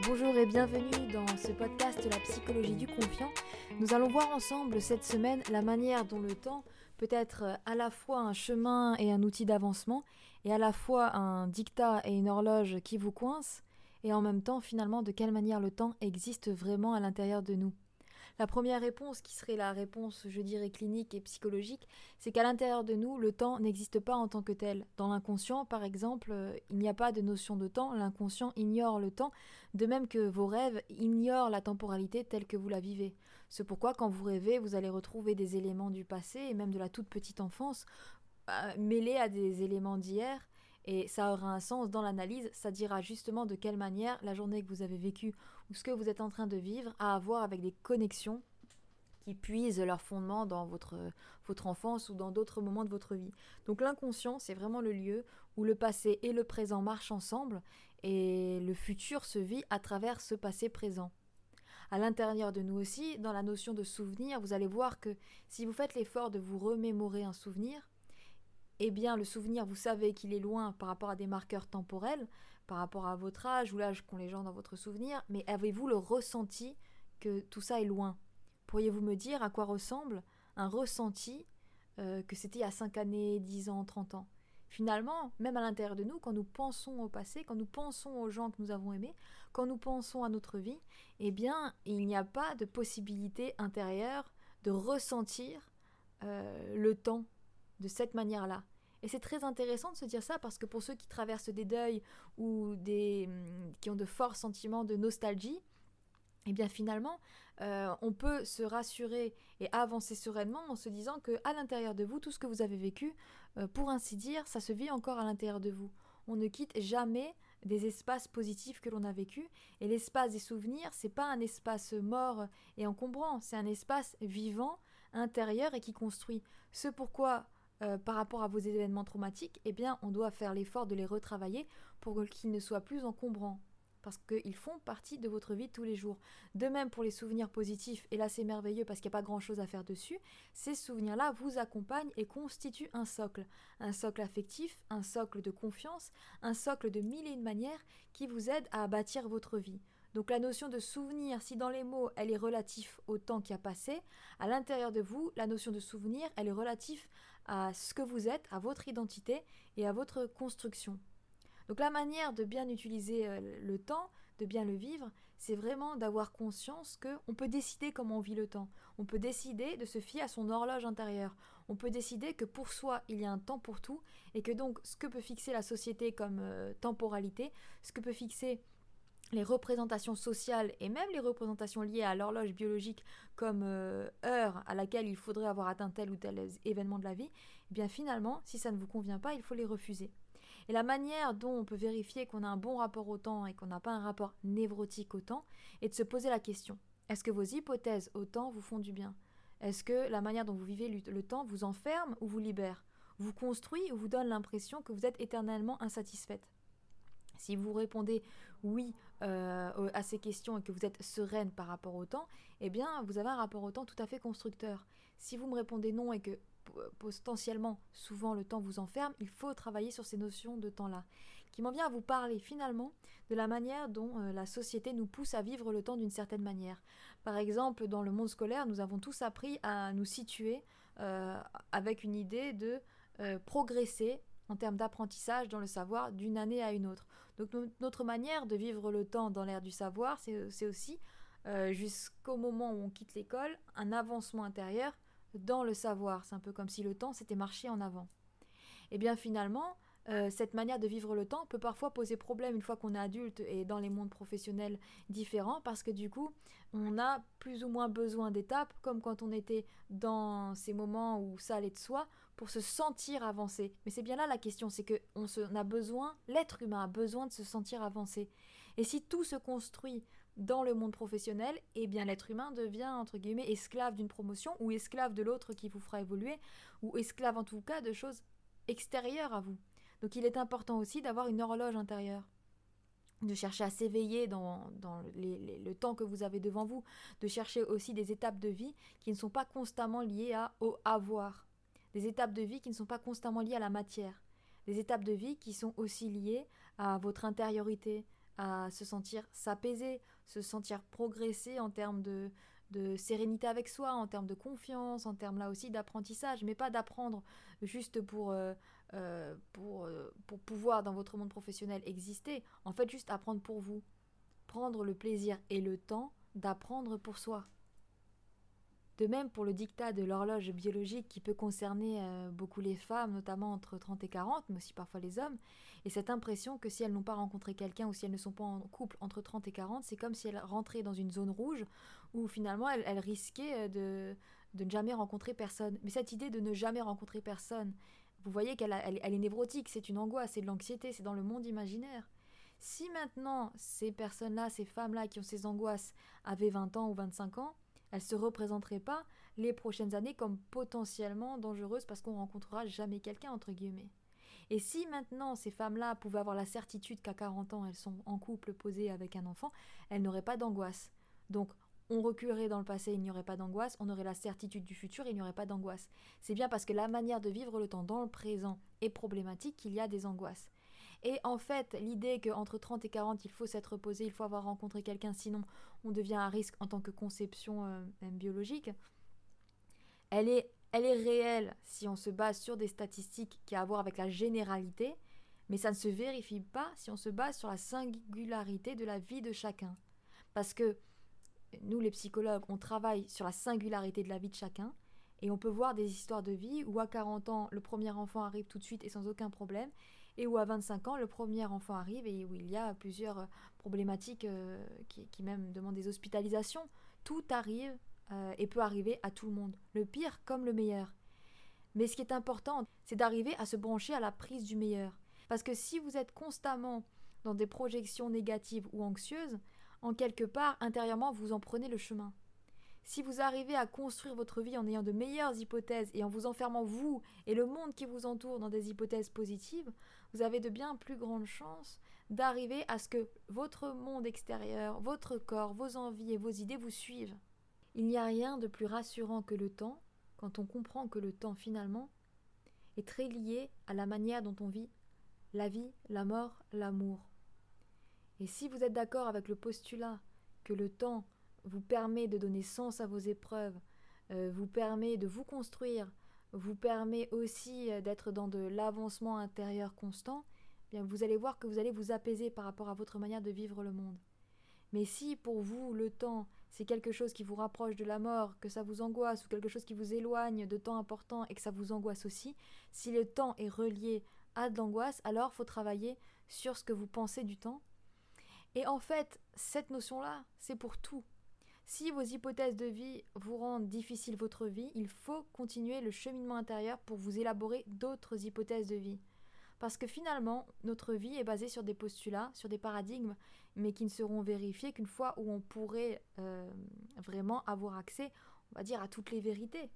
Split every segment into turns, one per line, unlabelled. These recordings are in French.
Bonjour et bienvenue dans ce podcast La psychologie du confiant. Nous allons voir ensemble cette semaine la manière dont le temps peut être à la fois un chemin et un outil d'avancement, et à la fois un dictat et une horloge qui vous coincent, et en même temps finalement de quelle manière le temps existe vraiment à l'intérieur de nous. La première réponse, qui serait la réponse, je dirais, clinique et psychologique, c'est qu'à l'intérieur de nous, le temps n'existe pas en tant que tel. Dans l'inconscient, par exemple, il n'y a pas de notion de temps, l'inconscient ignore le temps, de même que vos rêves ignorent la temporalité telle que vous la vivez. C'est pourquoi, quand vous rêvez, vous allez retrouver des éléments du passé, et même de la toute petite enfance, mêlés à des éléments d'hier, et ça aura un sens dans l'analyse, ça dira justement de quelle manière la journée que vous avez vécue ou ce que vous êtes en train de vivre a à voir avec des connexions qui puisent leur fondement dans votre enfance ou dans d'autres moments de votre vie. Donc l'inconscient, c'est vraiment le lieu où le passé et le présent marchent ensemble, et le futur se vit à travers ce passé présent. À l'intérieur de nous aussi, dans la notion de souvenir, vous allez voir que si vous faites l'effort de vous remémorer un souvenir, eh bien, le souvenir, vous savez qu'il est loin par rapport à des marqueurs temporels, par rapport à votre âge ou l'âge qu'ont les gens dans votre souvenir, mais avez-vous le ressenti que tout ça est loin? Pourriez-vous me dire à quoi ressemble un ressenti que c'était il y a 5 années, 10 ans, 30 ans? Finalement, même à l'intérieur de nous, quand nous pensons au passé, quand nous pensons aux gens que nous avons aimés, quand nous pensons à notre vie, eh bien, il n'y a pas de possibilité intérieure de ressentir le temps de cette manière-là. Et c'est très intéressant de se dire ça, parce que pour ceux qui traversent des deuils ou qui ont de forts sentiments de nostalgie, et bien finalement, on peut se rassurer et avancer sereinement en se disant que à l'intérieur de vous, tout ce que vous avez vécu, pour ainsi dire, ça se vit encore à l'intérieur de vous. On ne quitte jamais des espaces positifs que l'on a vécus, et l'espace des souvenirs, c'est pas un espace mort et encombrant, c'est un espace vivant, intérieur et qui construit. Ce pourquoi, par rapport à vos événements traumatiques, eh bien, on doit faire l'effort de les retravailler pour qu'ils ne soient plus encombrants, parce qu'ils font partie de votre vie de tous les jours. De même pour les souvenirs positifs, et là c'est merveilleux parce qu'il n'y a pas grand-chose à faire dessus, ces souvenirs-là vous accompagnent et constituent un socle affectif, un socle de confiance, un socle de mille et une manières qui vous aide à bâtir votre vie. Donc la notion de souvenir, si dans les mots elle est relative au temps qui a passé, à l'intérieur de vous, la notion de souvenir, elle est relative à ce que vous êtes, à votre identité et à votre construction. Donc la manière de bien utiliser le temps, de bien le vivre, c'est vraiment d'avoir conscience qu'on peut décider comment on vit le temps. On peut décider de se fier à son horloge intérieure. On peut décider que pour soi, il y a un temps pour tout, et que donc ce que peut fixer la société comme temporalité, ce que peut fixer les représentations sociales et même les représentations liées à l'horloge biologique comme heure à laquelle il faudrait avoir atteint tel ou tel événement de la vie, eh bien finalement, si ça ne vous convient pas, il faut les refuser. Et la manière dont on peut vérifier qu'on a un bon rapport au temps et qu'on n'a pas un rapport névrotique au temps est de se poser la question: est-ce que vos hypothèses au temps vous font du bien? Est-ce que la manière dont vous vivez le temps vous enferme ou vous libère? Vous construit ou vous donne l'impression que vous êtes éternellement insatisfaite? Si vous répondez oui à ces questions et que vous êtes sereine par rapport au temps, eh bien vous avez un rapport au temps tout à fait constructeur. Si vous me répondez non et que potentiellement souvent le temps vous enferme, il faut travailler sur ces notions de temps-là, qui m'en vient à vous parler finalement de la manière dont la société nous pousse à vivre le temps d'une certaine manière. Par exemple, dans le monde scolaire, nous avons tous appris à nous situer avec une idée de progresser en termes d'apprentissage dans le savoir d'une année à une autre. Donc notre manière de vivre le temps dans l'ère du savoir, c'est aussi, jusqu'au moment où on quitte l'école, un avancement intérieur dans le savoir. C'est un peu comme si le temps s'était marché en avant. Et bien finalement, cette manière de vivre le temps peut parfois poser problème une fois qu'on est adulte et dans les mondes professionnels différents, parce que du coup, on a plus ou moins besoin d'étapes, comme quand on était dans ces moments où ça allait de soi, pour se sentir avancer. Mais c'est bien là la question, c'est que l'être humain a besoin de se sentir avancé. Et si tout se construit dans le monde professionnel, eh bien l'être humain devient, entre guillemets, esclave d'une promotion, ou esclave de l'autre qui vous fera évoluer, ou esclave en tout cas de choses extérieures à vous. Donc il est important aussi d'avoir une horloge intérieure, de chercher à s'éveiller dans le temps que vous avez devant vous, de chercher aussi des étapes de vie qui ne sont pas constamment liées au avoir, des étapes de vie qui ne sont pas constamment liées à la matière, des étapes de vie qui sont aussi liées à votre intériorité, à se sentir s'apaiser, se sentir progresser en termes de sérénité avec soi, en termes de confiance, en termes là aussi d'apprentissage, mais pas d'apprendre juste pour pouvoir dans votre monde professionnel exister, en fait juste apprendre pour vous, prendre le plaisir et le temps d'apprendre pour soi. De même pour le dictat de l'horloge biologique qui peut concerner beaucoup les femmes, notamment entre 30 et 40, mais aussi parfois les hommes, et cette impression que si elles n'ont pas rencontré quelqu'un ou si elles ne sont pas en couple entre 30 et 40, c'est comme si elles rentraient dans une zone rouge où finalement elles risquaient de ne jamais rencontrer personne. Mais cette idée de ne jamais rencontrer personne, vous voyez elle est névrotique, c'est une angoisse, c'est de l'anxiété, c'est dans le monde imaginaire. Si maintenant ces personnes-là, ces femmes-là qui ont ces angoisses avaient 20 ans ou 25 ans, elles ne se représenteraient pas les prochaines années comme potentiellement dangereuses parce qu'on ne rencontrera jamais quelqu'un, entre guillemets. Et si maintenant ces femmes-là pouvaient avoir la certitude qu'à 40 ans elles sont en couple posé avec un enfant, elles n'auraient pas d'angoisse. Donc on reculerait dans le passé, il n'y aurait pas d'angoisse, on aurait la certitude du futur, il n'y aurait pas d'angoisse. C'est bien parce que la manière de vivre le temps dans le présent est problématique qu'il y a des angoisses. Et en fait, l'idée qu'entre 30 et 40, il faut s'être reposé, il faut avoir rencontré quelqu'un, sinon on devient à risque en tant que conception même biologique, elle est réelle si on se base sur des statistiques qui ont à voir avec la généralité, mais ça ne se vérifie pas si on se base sur la singularité de la vie de chacun. Parce que nous, les psychologues, on travaille sur la singularité de la vie de chacun, et on peut voir des histoires de vie où à 40 ans, le premier enfant arrive tout de suite et sans aucun problème, et où à 25 ans, le premier enfant arrive et où il y a plusieurs problématiques qui même demandent des hospitalisations. Tout arrive et peut arriver à tout le monde, le pire comme le meilleur. Mais ce qui est important, c'est d'arriver à se brancher à la prise du meilleur. Parce que si vous êtes constamment dans des projections négatives ou anxieuses, en quelque part, intérieurement, vous en prenez le chemin. Si vous arrivez à construire votre vie en ayant de meilleures hypothèses et en vous enfermant vous et le monde qui vous entoure dans des hypothèses positives, vous avez de bien plus grandes chances d'arriver à ce que votre monde extérieur, votre corps, vos envies et vos idées vous suivent. Il n'y a rien de plus rassurant que le temps, quand on comprend que le temps finalement est très lié à la manière dont on vit la vie, la mort, l'amour. Et si vous êtes d'accord avec le postulat que le temps vous permet de donner sens à vos épreuves, vous permet de vous construire, vous permet aussi d'être dans de l'avancement intérieur constant, bien vous allez voir que vous allez vous apaiser par rapport à votre manière de vivre le monde. Mais si pour vous le temps c'est quelque chose qui vous rapproche de la mort, que ça vous angoisse ou quelque chose qui vous éloigne de temps important et que ça vous angoisse aussi, si le temps est relié à de l'angoisse, alors il faut travailler sur ce que vous pensez du temps. Et en fait, cette notion-là, c'est pour tout. Si vos hypothèses de vie vous rendent difficile votre vie, il faut continuer le cheminement intérieur pour vous élaborer d'autres hypothèses de vie. Parce que finalement, notre vie est basée sur des postulats, sur des paradigmes, mais qui ne seront vérifiés qu'une fois où on pourrait vraiment avoir accès, on va dire, à toutes les vérités.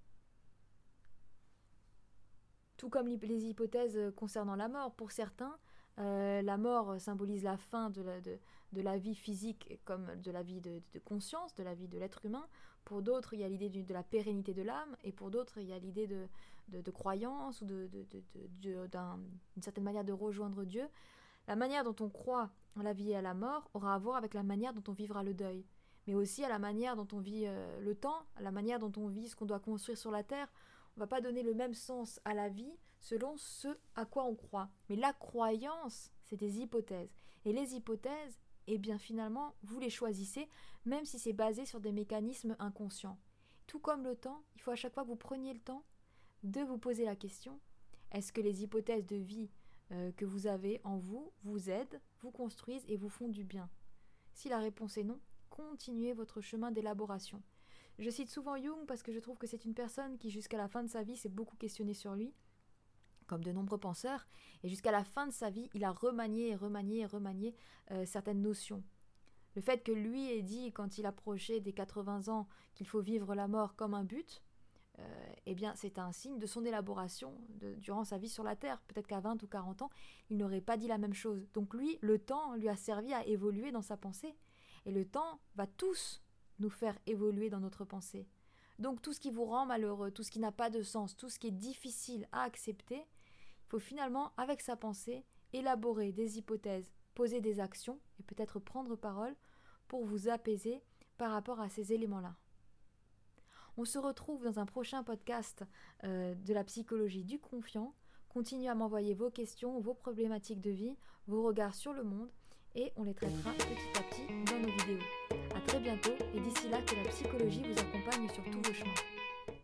Tout comme les hypothèses concernant la mort. Pour certains, la mort symbolise la fin de la vie physique comme de la vie de conscience, de la vie de l'être humain. Pour d'autres, il y a l'idée de la pérennité de l'âme, et pour d'autres, il y a l'idée de croyance ou d'une certaine manière de rejoindre Dieu. La manière dont on croit à la vie et à la mort aura à voir avec la manière dont on vivra le deuil, mais aussi à la manière dont on vit le temps, à la manière dont on vit ce qu'on doit construire sur la terre. On ne va pas donner le même sens à la vie selon ce à quoi on croit. Mais la croyance, c'est des hypothèses. Et les hypothèses, eh bien finalement, vous les choisissez, même si c'est basé sur des mécanismes inconscients. Tout comme le temps, il faut à chaque fois que vous preniez le temps de vous poser la question, est-ce que les hypothèses de vie que vous avez en vous vous aident, vous construisent et vous font du bien? Si la réponse est non, continuez votre chemin d'élaboration. Je cite souvent Jung parce que je trouve que c'est une personne qui jusqu'à la fin de sa vie s'est beaucoup questionnée sur lui, comme de nombreux penseurs, et jusqu'à la fin de sa vie, il a remanié certaines notions. Le fait que lui ait dit, quand il approchait des 80 ans, qu'il faut vivre la mort comme un but, eh bien, c'est un signe de son élaboration durant sa vie sur la Terre. Peut-être qu'à 20 ou 40 ans, il n'aurait pas dit la même chose. Donc lui, le temps lui a servi à évoluer dans sa pensée. Et le temps va tous nous faire évoluer dans notre pensée. Donc tout ce qui vous rend malheureux, tout ce qui n'a pas de sens, tout ce qui est difficile à accepter, il faut finalement, avec sa pensée, élaborer des hypothèses poser des actions et peut-être prendre parole pour vous apaiser par rapport à ces éléments-là. On se retrouve dans un prochain podcast de la psychologie du confiant. Continuez à m'envoyer vos questions, vos problématiques de vie, vos regards sur le monde et on les traitera petit à petit dans nos vidéos. À très bientôt et d'ici là que la psychologie vous accompagne sur tous vos chemins.